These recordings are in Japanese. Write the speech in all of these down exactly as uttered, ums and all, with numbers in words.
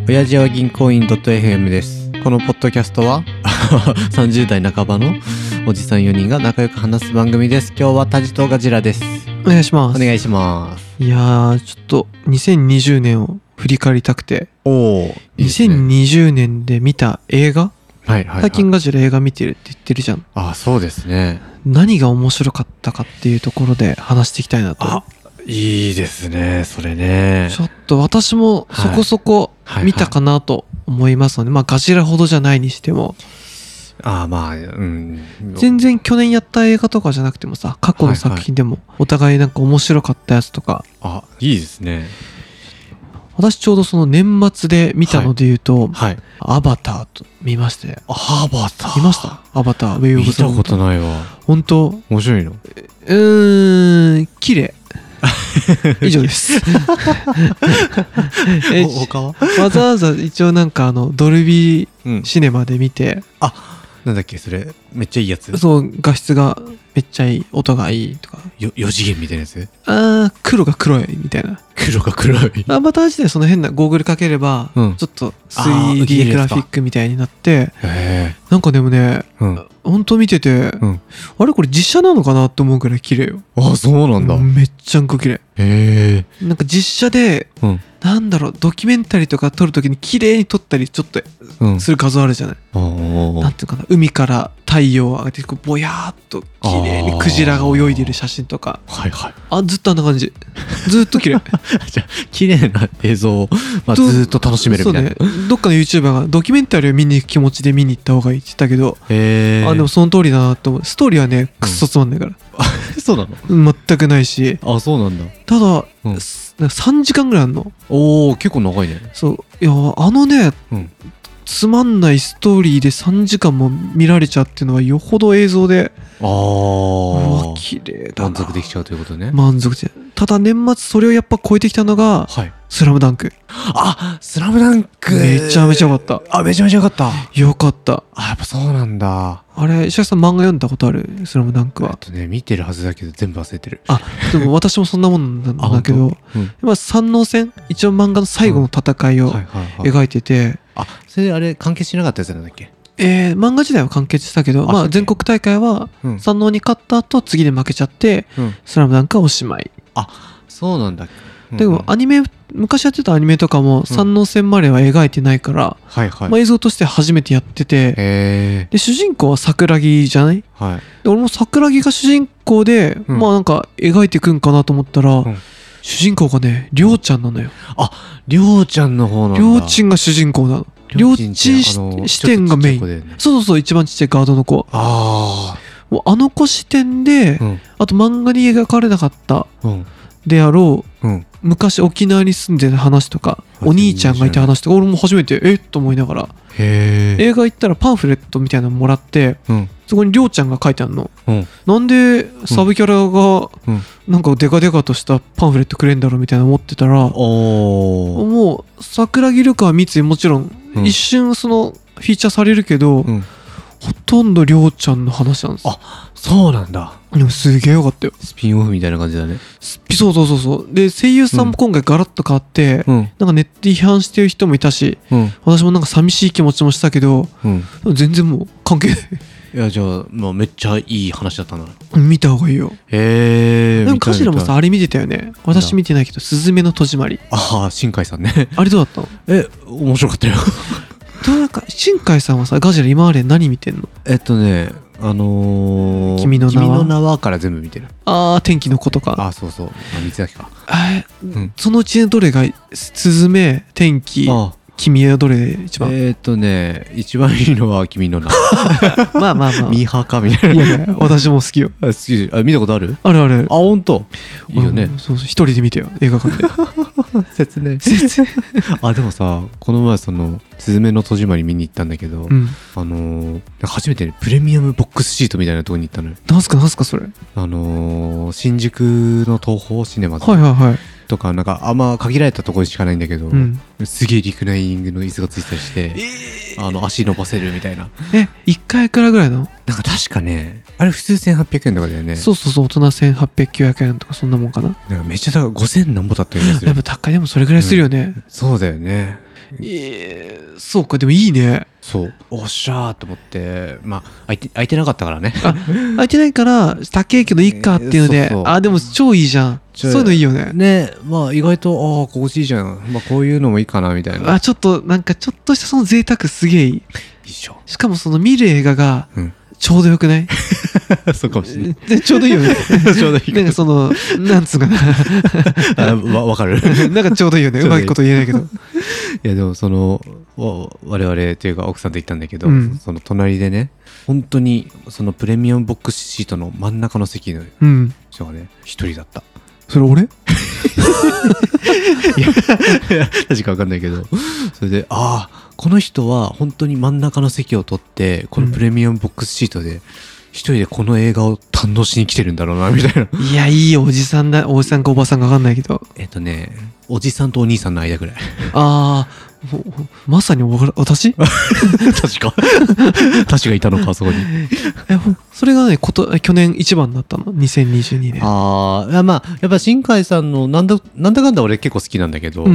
親父は銀行員 .fm です。このポッドキャストはさんじゅう代半ばのおじさんよにんが仲良く話す番組です。今日はタジとガジラです。 お願いします。 お願いします。 いやー、ちょっとにせんにじゅうねんを振り返りたくて。 おー、いいですね。 にせんにじゅうねんで見た映画、 はいはいはい、 最近ガジラ映画見てるって言ってるじゃん。 あ、そうですね。 何が面白かったかっていうところで話していきたいなと。 あ、いいですね、それね。 ちょっと私もそこそこ見たかなと思いますので、まあガジラほどじゃないにしても。 ああ、まあ、うん。 全然去年やった映画とかじゃなくてもさ、過去の作品でもお互いなんか面白かったやつとか。 あ、いいですね。 私ちょうどその年末で見たので言うと、 はいはい、 アバターと見まして。 アバター見ました？アバター、ウェイオブザウォーター。 見たことないわ。 本当？ 面白いの？ うーん、綺麗。以上です。え、他は？わざわざ一応なんかあのドルビーシネマで見て、うん、 あ、なんだっけそれ、めっちゃいいやつ。 そう、画質がめっちゃいい、音がいいとか。 よよ次元みたいなやつ。 あー、黒が黒いみたいな。 黒が黒い。 アバター自体その変なゴーグルかければ、うん、ちょっと スリーディー グラフィックみたいになって、 へなんかでもね、うん、本当見てて、うん、あれこれ実写なのかなって思うくらい綺麗よ。 あ、そうなんだ。 めっちゃんこ綺麗。 へえ。 なんか実写で、うん、なんだろう、ドキュメンタリーとか撮るときに綺麗に撮ったりちょっとする画像あるじゃない、うん、なんていうかな、海から太陽を上げてこうぼやーっと綺麗にクジラが泳いでる写真とか、 はいはい、 あ、ずっとあんな感じ。ずっと綺麗。 じゃあ綺麗な映像を、まあ、ずっと楽しめるみたいな。 そうね、どっかの YouTuber がドキュメンタリーを見に行く気持ちで見に行った方がいいって言ったけど、 へー、 あ、でもその通りだなと思う。ストーリーはね、くっそつまんないから、 うん、そうなの？ 全くないし。 あ、そうなんだ。 ただ、うん、さんじかんぐらいあるの。 おー、結構長いね。 そう、いや、あのね、うん、つまんないストーリーでさんじかんも見られちゃうっていうのはよほど映像で、 ああ、 綺麗だな。 満足できちゃうということね。 満足で。ただ年末それをやっぱ超えてきたのが、はい、スラムダンク。 あ、スラムダンクめちゃめちゃ良かった。 あ、めちゃめちゃ良かった。 良かった。 あ、やっぱそうなんだ。 あれ、石橋さん漫画読んだことある？スラムダンクは。 えっとね、見てるはずだけど全部忘れてる。 あ、でも私もそんなもんなんだけど、うん、今三能戦、一応漫画の最後の戦いを描いてて、 あ、それあれ完結しなかったやつなんだっけ？ えー、漫画自体は完結したけど、まあ全国大会は三能に勝った後次で負けちゃって、うん、スラムダンクはおしまい。 あ、そうなんだ。 うん、でもアニメ、昔やってたアニメとかも三能戦までは描いてないから、うん、はいはい、まあ、映像として初めてやってて、 へー、 で主人公は桜木じゃない？はい、で俺も桜木が主人公で、うん、まあなんか描いていくんかなと思ったら、うん、主人公がね、りょうちゃんなのよ。 あ、りょうちゃんの方なんだ。 りょうちんが主人公なの。りょうちん視点がメイン、ね、そうそうそう、一番ちっちゃいガードの子。ああ、あの子視点で、うん、あと漫画に描かれなかったであろう、うん、昔沖縄に住んでる話とか、お兄ちゃんがいた話とか、俺も初めてえっと思いながら、へ、映画行ったらパンフレットみたいなのもらって、うん、そこにりょうちゃんが書いてあるの、うん、なんでサブキャラがなんかデカデカとしたパンフレットくれんだろうみたいな思ってたら、うん、もう桜木瑠香三井もちろん一瞬そのフィーチャーされるけど、うん、ほとんどりょうちゃんの話なんです。 あ、そうなんだ。 でもすげえよかったよ。 スピンオフみたいな感じだね。 そうそうそうそう。で声優さんも今回ガラッと変わって、うん、なんかネットで批判してる人もいたし、うん、私もなんか寂しい気持ちもしたけど、うん、全然もう関係ない。 いや、じゃあ、まあ、めっちゃいい話だったんだ。 見た方がいいよ。 へえ。 でもカジラもさ、あれ見てたよね。私見てないけど、すずめの戸締まり。 ああ、新海さんね。 あれどうだったの？ え、面白かったよ。 どうなんか新海さんはさ、ガジラ今まで何見てんの？ えっとね、あのー、 君の名は君の名はから全部見てる。 ああ、天気の子とか。 ああ、そうそう。あ、三つだけか。 え、うん、そのうちどれがすずめ、天気、ああ、君はどれ一番？ えーっとね、一番いいのは君の名。 まあまあまあ。 ミーハーかみたいな。 いやいや、私も好きよ。 あ、好き。あ、見たことある？ あるある。 あ、ほんと？いいよね。 そうそう、一人で見てよ、映画館で。 説明。説明。あ、でもさ、この前その、すずめの戸締まり見に行ったんだけど、うん、あのー、初めてね、プレミアムボックスシートみたいなとこに行ったのよ。 なんすかなんすかそれ。 あのー、新宿の東宝シネマズ。 はいはいはい。 とか、なんかあんま限られたところしかないんだけど、うん、すげえリクライニングの椅子がついてたりして、えー、あの足伸ばせるみたいな。 え、いっかいいくらぐらいの？ なんか確かね、あれ普通せんはっぴゃくえんとかだよね。 そうそうそう、大人せんはっぴゃく、きゅうひゃくえんとかそんなもんかな。 なんかめっちゃ高い、ごせんなんぼだったよね。 やっぱ高い、でもそれぐらいするよね。 うん、そうだよね。 えー、そうか、でもいいね。 そうおっしゃーと思って、まあ空いて空いてなかったからね。 あ、空いてないから高いけどいいかっていうので、えー、そうそう、あ、でも超いいじゃん。そういうのいいよね。 ね、まあ意外と、ああ心地いいじゃん、まあこういうのもいいかなみたいな。 あ、ちょっとなんかちょっとしたその贅沢すげえいい。いいでしょ。 しかもその見る映画が、うん、ちょうどよくない？ そうかもしれない。 ちょうどいいよね。 ちょうどいい。 なんかその、なんつうかな。 あ、わ、わかる。 なんかちょうどいいよね。うまいこと言えないけど。いやでもその、我々というか奥さんと行ったんだけど、うん、その隣でね、本当にそのプレミアムボックスシートの真ん中の席の人がね、一、うん、人だった。 それ俺？いや、確かわかんないけど、それで、ああ、この人は本当に真ん中の席を取ってこのプレミアムボックスシートで一人でこの映画を堪能しに来てるんだろうなみたいな。 いや、いいおじさんだ。おじさんかおばさんか分かんないけど、 えっとねおじさんとお兄さんの間ぐらい。 ああ、まさに私確か確かいたのか、そこに。 え、それがね、こと去年一番だったの、にせんにじゅうにねん。 ああ、まあやっぱ新海さんのなんだなんだかんだ俺結構好きなんだけど、うん、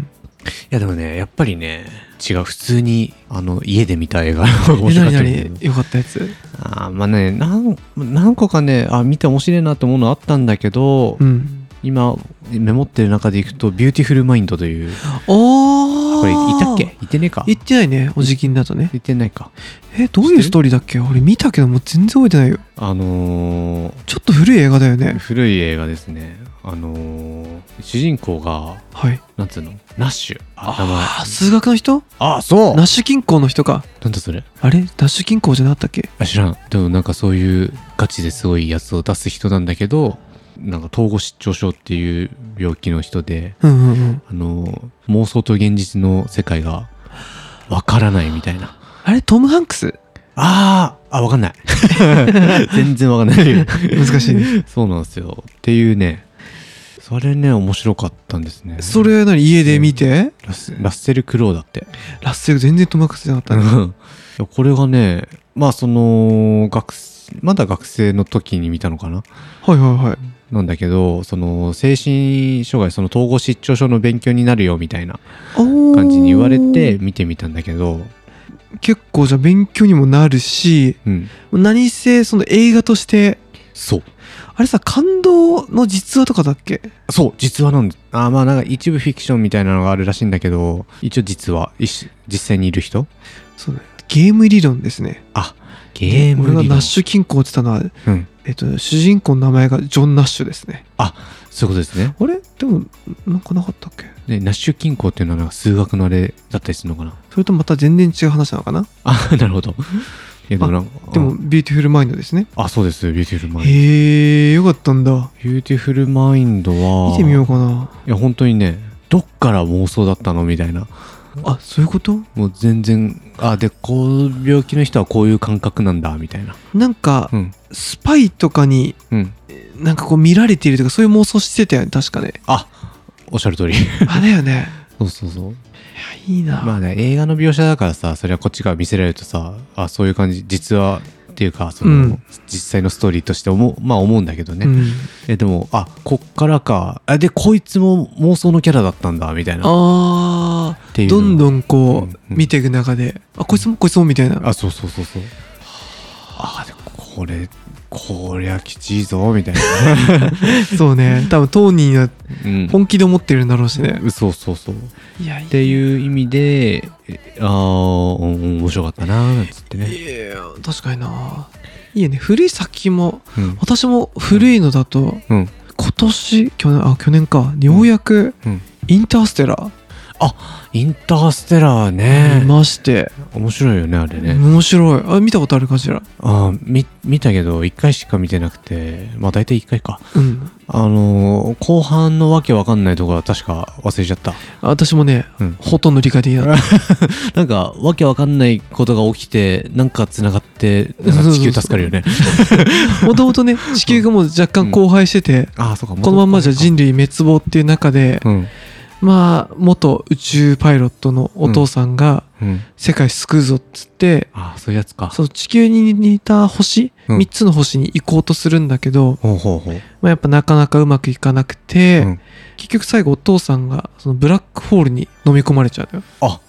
いやでもね、やっぱりね違う、普通にあの家で見た映画が面白かった。 何々よかったやつ。 あ、まあね、何何個かね、あ見て面白いなと思うのあったんだけど、うん、今メモってる中でいくとビューティフルマインドという。 おー、 これ言ったっけ？言ってねえか。 言ってないね、おじきんだとね。 言ってないか。 え、どういうストーリーだっけ？俺見たけどもう全然覚えてないよ。あのー、ちょっと古い映画だよね。 古い映画ですね。あのー、主人公が、はい、なんつうの、ナッシュ。 あ、名前。あ、数学の人？ あ、そう。 ナッシュ均衡の人か。 なんだそれ。 あれ、ナッシュ均衡じゃなかったっけ？ あ、知らん。でもなんかそういうガチですごいやつを出す人なんだけど、なんか統合失調症っていう病気の人で、うんうんうん、あの妄想と現実の世界がわからないみたいな。 あれ、トム・ハンクス？ ああ、あ、わかんない。全然わかんない。 難しいね。 そうなんですよ。っていうね、それね、面白かったんですね。 それ何、家で見て？ ラッ、ラッセル・クロウだって。 ラッセル全然トム・ハンクスじゃなかったね。 これがね、まあその学まだ学生の時に見たのかな。 はいはいはい。 なんだけど、その精神障害、その統合失調症の勉強になるよみたいな感じに言われて見てみたんだけど、 結構じゃあ勉強にもなるし、うん、何せその映画として、 そう、 あれさ、感動の実話とかだっけ？ そう、実話なんだ。あ、まあなんか一部フィクションみたいなのがあるらしいんだけど、一応実話、実際にいる人。 そうね、ゲーム理論ですね。 あ、ゲーム理論。 俺がナッシュ均衡って言ったのは、うん、えっと、主人公の名前がジョン・ナッシュですね。 あ、そういうことですね。 あれでも、なんかなかったっけ？ ね、ナッシュ均衡っていうのはなんか数学のあれだったりするのかな？ それとまた全然違う話なのかな？ あ、なるほど。いやでもなんか、 でも、ビューティフルマインドですね。 あ、そうです、ビューティフルマインド。 へえ、よかったんだ。 ビューティフルマインドは、 見てみようかな。 いや、本当にね、どっから妄想だったのみたいな。 あ、そういうこと？ もう全然、あ、で、こういう病気の人はこういう感覚なんだみたいな。 なんか、うん、スパイとかに、うん、なんかこう見られているとか、そういう妄想してたよね、確かね。 あ、おっしゃる通り。 あ、だよね。 そうそうそう。 いや、いいな。 まあね、映画の描写だからさ、それはこっちから見せられるとさ、あ、そういう感じ、実はっていうか、その、うん、実際のストーリーとして思う、まあ思うんだけどね。うん、え、でも、あ、こっからか、あ、で、こいつも妄想のキャラだったんだ、みたいな。 ああ、どんどんこう、うんうん、見ていく中で、あ、こいつもこいつもみたいな。 あ、そうそうそうそう。あ、でこれ、こりゃきちいぞみたいな。 そうね、多分当人は本気で思ってるんだろうしね。 うん、そうそうそう。いやいや、っていう意味で、ああ、面白かったなーなんつってね。 いや、確かにな。いいよね、古い作品も、うん、私も古いのだと、うん、今年去年あ去年かようやく、うん、インターステラー。 あ、インターステラーね。 見まして。 面白いよね、あれね。 面白い。あ、見たことあるかしら。 あ、み見たけどいっかいしか見てなくて、まあ大体いっかいか。うん。あのー、後半のわけわかんないところは確か忘れちゃった。 私もね、うん、ほとんど理解できない。 なんかわけわかんないことが起きて、なんか繋がって地球助かるよね。 もともとね、地球がもう若干荒廃してて、うん、あ、そうか、このまんまじゃ人類滅亡っていう中で、うん、まあ元宇宙パイロットのお父さんが世界救うぞっつって、 うん、ああ、そういうやつか。 そう、地球に似た星、うん、みっつの星に行こうとするんだけど、ほうほうほう、まあ、やっぱなかなかうまくいかなくて、うん、結局最後お父さんがそのブラックホールに飲み込まれちゃうのよ。 あ、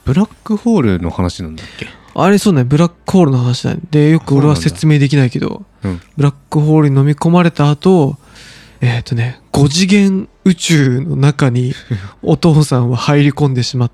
ブラックホールの話なんだっけ？ あれそうね、ブラックホールの話だね。で、よく俺は説明できないけど、うん、ブラックホールに飲み込まれた後、えっとね、ご次元宇宙の中にお父さんは入り込んでしまって、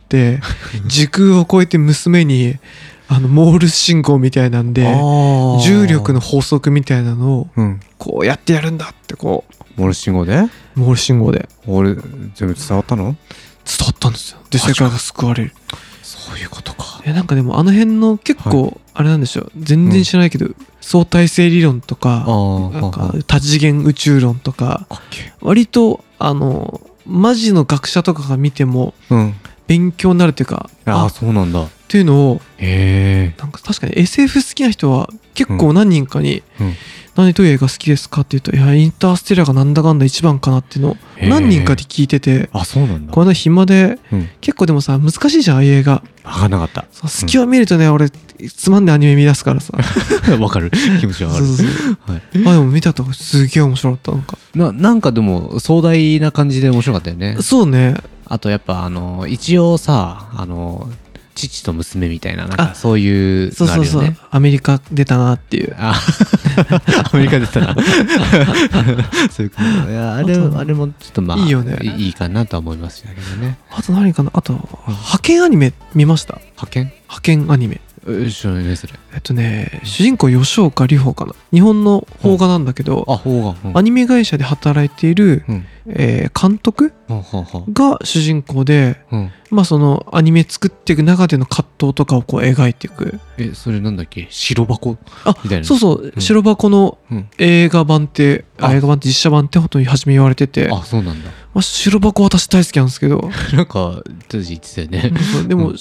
時空を超えて娘に、あの、モールス信号みたいなんで、重力の法則みたいなのを、こうやってやるんだってこう。 モールス信号で？ モールス信号で。 俺、全部伝わったの？ 伝わったんですよ。で、世界が救われる。 そういうことか。 いやなんかでもあの辺の結構あれなんでしょう、全然知らないけど、うん、相対性理論とかなんか多次元宇宙論とか割とあのマジの学者とかが見ても勉強になるというか、 うん、ああそうなんだっていうのをへなんか確かに エスエフ 好きな人は結構何人かに、うんうん、何どういう映画好きですかって言うと、いやインターステラーがなんだかんだ一番かなっていうのを何人かで聞いてて、 あそうなんだ。 この間暇で、うん、結構でもさ難しいじゃんああいう映画。 分かんなかった。 隙を見るとね、うん、俺つまんでアニメ見出すからさわかる気持ちはある。そうそうそう、 はい、あでも見たとすげえ面白かった。なんかななんかでも壮大な感じで面白かったよね。 そうね。 あとやっぱあの一応さあの父と娘みたいななんかそういうのあるよね。そうそうそう、 アメリカ出たなっていう。 あアメリカ出たなそういう感じ。いやあれあれもちょっとまあいいよね。いいかなとは思いますけどね。 あと何かな、あと、うん、派遣アニメ見ました？ 派遣派遣アニメ知らないねそれ。 えっとね、主人公吉岡里帆かな、日本の邦画なんだけど、 うん、あ邦画、うん、 アニメ会社で働いている、うんえー、監督が主人公で、うん、まあそのアニメ作っていく中での葛藤とかをこう描いていく。 えそれなんだっけ、白箱みたいな。 そうそう、うん、白箱の映画版って、うん、あ映画版って実写版って本当に初め言われてて、 あそうなんだ。 まあ、白箱私大好きなんですけどなんか当時言ってたよねでも、うん、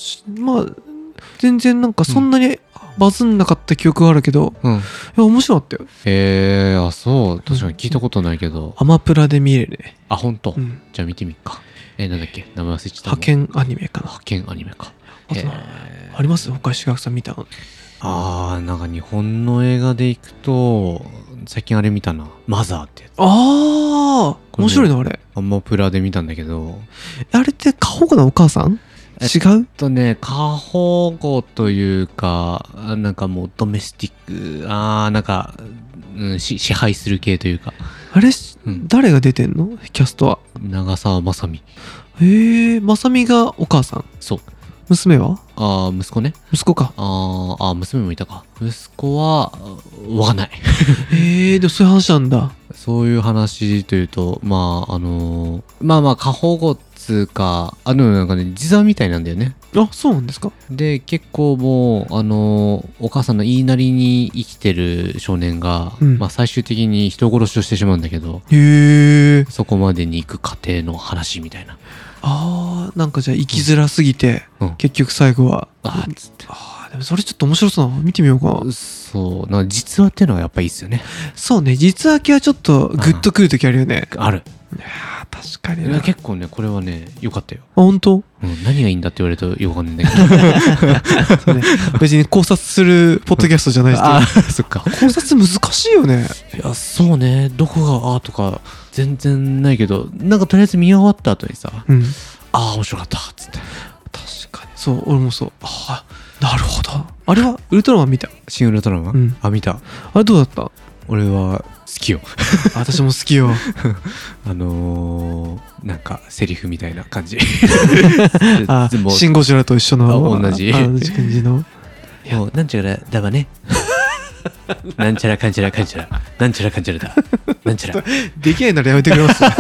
まあ全然なんかそんなにバズんなかった記憶があるけど、うん、いや面白かったよ。 へえー、あそう確かに聞いたことないけど、 アマプラで見れるね。 あ本当、うん、じゃあ見てみっか。えー、なんだっけ名前忘れちゃった。 派遣アニメかな。 派遣アニメか。 あとあります他石垣さん見たの？ あーなんか日本の映画でいくと最近あれ見たな、マザーってやつ。 ああ面白いなあれ。 アマプラで見たんだけど、 あれって過保護なお母さん？違う？ えっとね過保護というかなんかもうドメスティック、あーなんか、うん、支配する系というか。 あれ、うん、誰が出てんのキャストは？ 長澤まさみ。 へえ、まさみがお母さん。 そう。 娘は？ ああ息子ね。 息子か。 ああ娘もいたか。息子はわかんないへえ、でもそういう話なんだ。 そういう話というとまああのー、まあまあ過保護っつうかあのなんかね実話みたいなんだよね。 あそうなんですか。 で結構もうあのー、お母さんの言いなりに生きてる少年が、うん、まあ最終的に人殺しをしてしまうんだけど、 へえ、 そこまでに行く過程の話みたいな。 あーなんかじゃあ生きづらすぎて、うん、結局最後はあーっつって、 あでもそれちょっと面白そうな、見てみようか。 そうなんか実話っていうのはやっぱいいっすよね。 そうね、実話系はちょっとグッとくるときあるよね。 ある。 いや確かにね。 結構ねこれはね良かったよ。 あ本当？ うん、何がいいんだって言われるとよくわかんないんだけどそう、ね、別に考察するポッドキャストじゃないですけど、 あそっか考察難しいよね。 いやそうね、どこがあーとか全然ないけど、なんかとりあえず見終わった後にさ、うん、ああ面白かったっつって。 確かにそう、俺もそう。ああなるほど。あれはウルトラマン見た？ 新ウルトラマン、うん、あ見た。 あれどうだった？ 俺は好きよ私も好きよあのー、なんかセリフみたいな感じあシン・ゴジラと一緒の同じ同じ感じのもうなんちゃらだわねなんちゃらかんちゃらかんちゃらなんちゃらかんちゃらだなんちゃらできないならやめてくれますま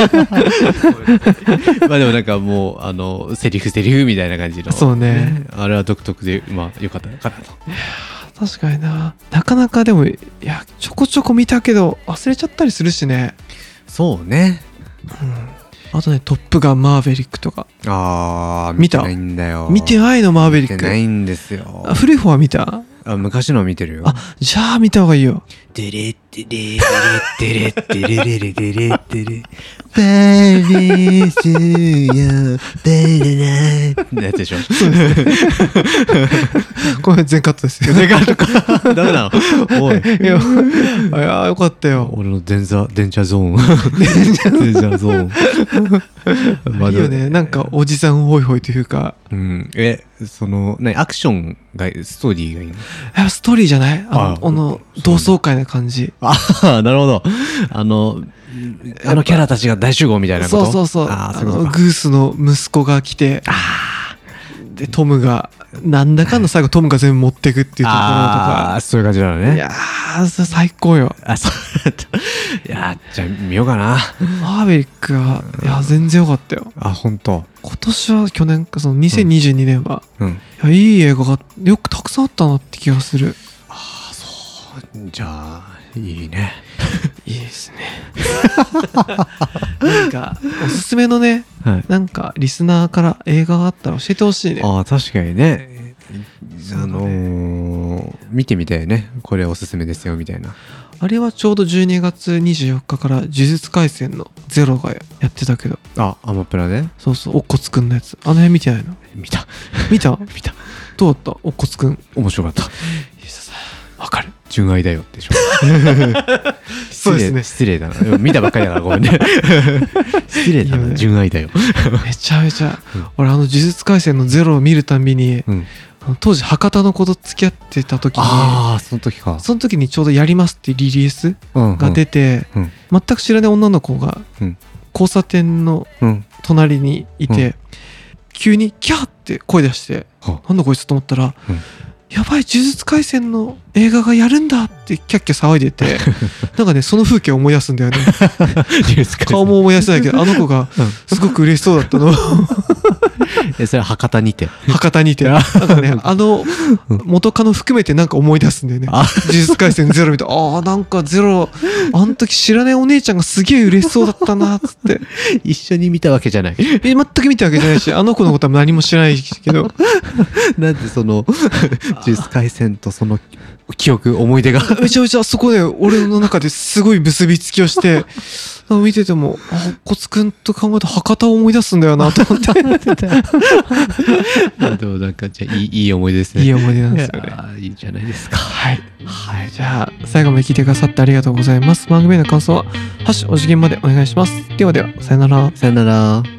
あでもなんかもうあのセリフセリフみたいな感じのそうね、 あれは独特でまあ良かったかなと。 確かにな、なかなかでもいやちょこちょこ見たけど忘れちゃったりするしね。 そうね、 うん、あとねトップガンマーヴェリックとか。 あー見てないんだよ。 見てないのマーヴェリック。 見てないんですよ。 あ古い方は見た？ あ昔の見てるよ。 あじゃあ見た方がいいよ。 デレッデレデレッデレデレレデレッデレパリスよデレラのやつでしょ。 そうですね。これ全カットですよ。 全カットか。ダメなの。おい。 いや、いやよかったよ。 俺のデンザデンジャーゾーン。デンジャーゾーン。 いいよね。なんかおじさんホイホイというか。 うん。え、その何アクションがストーリーがいいの？ え、ストーリーじゃない？あの、あの同窓会な感じ。 ああ、なるほど。あの。あのキャラたちが大集合みたいなこと？ そうそうそう。ああのグースの息子が来て、あでトムがなんだかんだ最後トムが全部持ってくっていうところとか、 ああそういう感じなのね。 いやー最高よ。 あそういやじゃあ見ようかな。 マーヴェリックはいや全然良かったよ。 あ本当。 今年は去年かそのにせんにじゅうにねんは、 うん、いやいい映画がよくたくさんあったなって気がする。 ああそうじゃあいいね。 いいですね。なんかおすすめのね、はい、なんかリスナーから映画があったら教えてほしいね。 ああ確かにね。あのー、見てみたいね。これおすすめですよみたいな。 あれはちょうどじゅうにがつにじゅうよっかから呪術廻戦のゼロがやってたけど。 あアマプラで？ そうそうおっこつくんのやつ。あの辺見てないの？ 見た見た見た。 どうだった？おっこつくん面白かった。 わかる。 純愛だよでしょ。 そうですね。 失礼だな。見たばっかりだからごめんね。失礼だな。純愛だよ。 めちゃめちゃ、うん、俺あの呪術廻戦のゼロを見るたんびに、うん、当時博多の子と付き合ってた時に、 ああその時か。 その時にちょうどやりますってリリースが出て、うんうん、全く知らない女の子が交差点の隣にいて、うん、急にキャーって声出して、うん、なんだこいつと思ったら。うんやばい呪術廻戦の映画がやるんだってキャッキャ騒いでてなんかねその風景を思い出すんだよね。顔も思い出せないけどあの子がすごく嬉しそうだったの。 えそれは博多にて博多にてなんかねあの元カノ含めてなんか思い出すんだよね。呪術廻戦ゼロ見てああなんかゼロあの時知らないお姉ちゃんがすげえ嬉しそうだったなっつって一緒に見たわけじゃない。 え全く見たわけじゃないしあの子のことは何も知らないけどなんでその呪術廻戦とその記憶思い出がめちゃめちゃそこで俺の中ですごい結びつきをして見ててもあコツくんと考えると博多を思い出すんだよなと思ってでもなんかじゃあいい、いい思い出ですね。 いい思い出なんですよね。 いいんじゃないですか。 はい、はい、じゃあ最後まで聞いてくださってありがとうございます。番組への感想はハッシュお次元までお願いします。ではではさよなら。 さよなら。